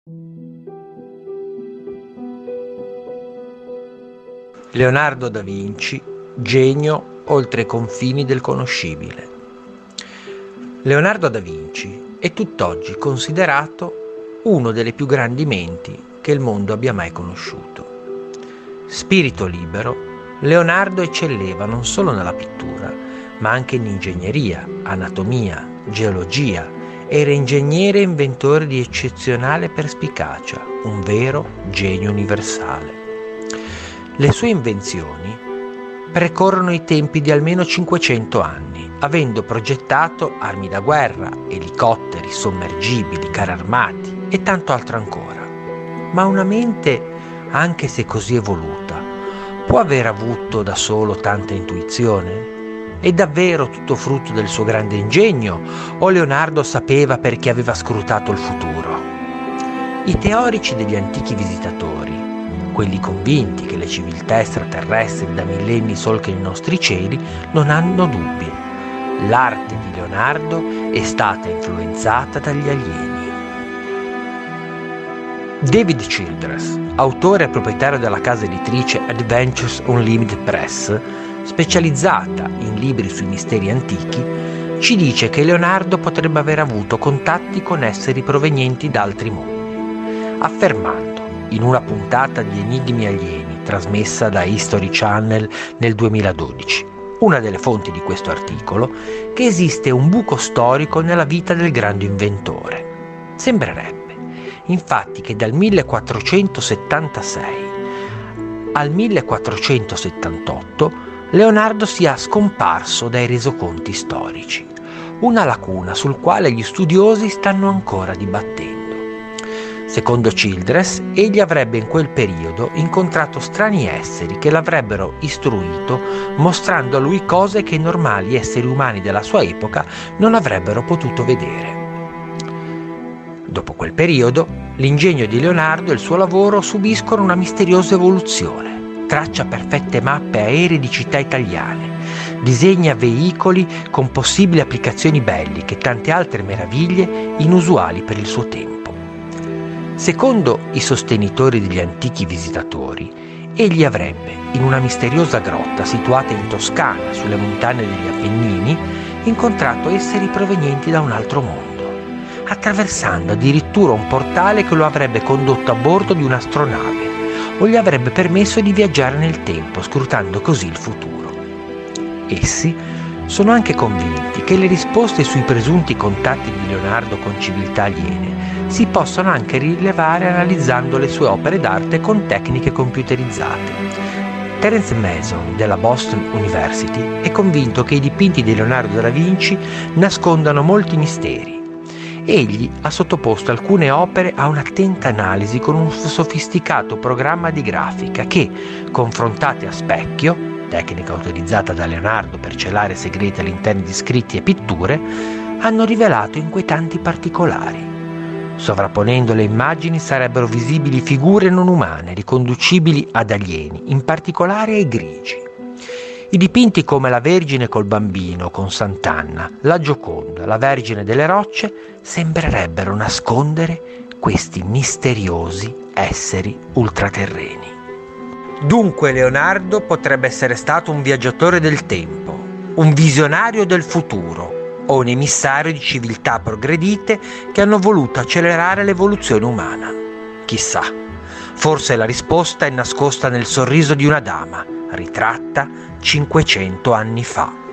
Leonardo da Vinci, genio oltre i confini del conoscibile. Leonardo da Vinci è tutt'oggi considerato uno delle più grandi menti che il mondo abbia mai conosciuto. Spirito libero, Leonardo eccelleva non solo nella pittura, ma anche in ingegneria, anatomia, geologia. Era ingegnere e inventore di eccezionale perspicacia, un vero genio universale. Le sue invenzioni precorrono i tempi di almeno 500 anni, avendo progettato armi da guerra, elicotteri, sommergibili, carri armati e tanto altro ancora. Ma una mente, anche se così evoluta, può aver avuto da solo tanta intuizione? È davvero tutto frutto del suo grande ingegno, o Leonardo sapeva perché aveva scrutato il futuro? I teorici degli antichi visitatori, quelli convinti che le civiltà extraterrestri da millenni solcano i nostri cieli, non hanno dubbi. L'arte di Leonardo è stata influenzata dagli alieni. David Childress, autore e proprietario della casa editrice Adventures Unlimited Press, specializzata in libri sui misteri antichi, ci dice che Leonardo potrebbe aver avuto contatti con esseri provenienti da altri mondi, affermando in una puntata di Enigmi alieni trasmessa da History Channel nel 2012, una delle fonti di questo articolo, che esiste un buco storico nella vita del grande inventore. Sembrerebbe, infatti, che dal 1476 al 1478 Leonardo sia scomparso dai resoconti storici, una lacuna sul quale gli studiosi stanno ancora dibattendo. Secondo Childress, egli avrebbe in quel periodo incontrato strani esseri che l'avrebbero istruito, mostrando a lui cose che i normali esseri umani della sua epoca non avrebbero potuto vedere. Dopo quel periodo, l'ingegno di Leonardo e il suo lavoro subiscono una misteriosa evoluzione. Traccia perfette mappe aeree di città italiane, disegna veicoli con possibili applicazioni belliche e tante altre meraviglie inusuali per il suo tempo. Secondo i sostenitori degli antichi visitatori, egli avrebbe, in una misteriosa grotta situata in Toscana, sulle montagne degli Appennini, incontrato esseri provenienti da un altro mondo, attraversando addirittura un portale che lo avrebbe condotto a bordo di un'astronave o gli avrebbe permesso di viaggiare nel tempo, scrutando così il futuro. Essi sono anche convinti che le risposte sui presunti contatti di Leonardo con civiltà aliene si possono anche rilevare analizzando le sue opere d'arte con tecniche computerizzate. Terence Mason della Boston University è convinto che i dipinti di Leonardo da Vinci nascondano molti misteri. Egli ha sottoposto alcune opere a un'attenta analisi con un sofisticato programma di grafica che, confrontate a specchio, tecnica utilizzata da Leonardo per celare segreti all'interno di scritti e pitture, hanno rivelato inquietanti particolari. Sovrapponendo le immagini sarebbero visibili figure non umane riconducibili ad alieni, in particolare ai grigi. I dipinti come la Vergine col Bambino con Sant'Anna, la Gioconda, la Vergine delle Rocce sembrerebbero nascondere questi misteriosi esseri ultraterreni. Dunque Leonardo potrebbe essere stato un viaggiatore del tempo, un visionario del futuro o un emissario di civiltà progredite che hanno voluto accelerare l'evoluzione umana. Chissà, forse la risposta è nascosta nel sorriso di una dama, ritratta 500 anni fa.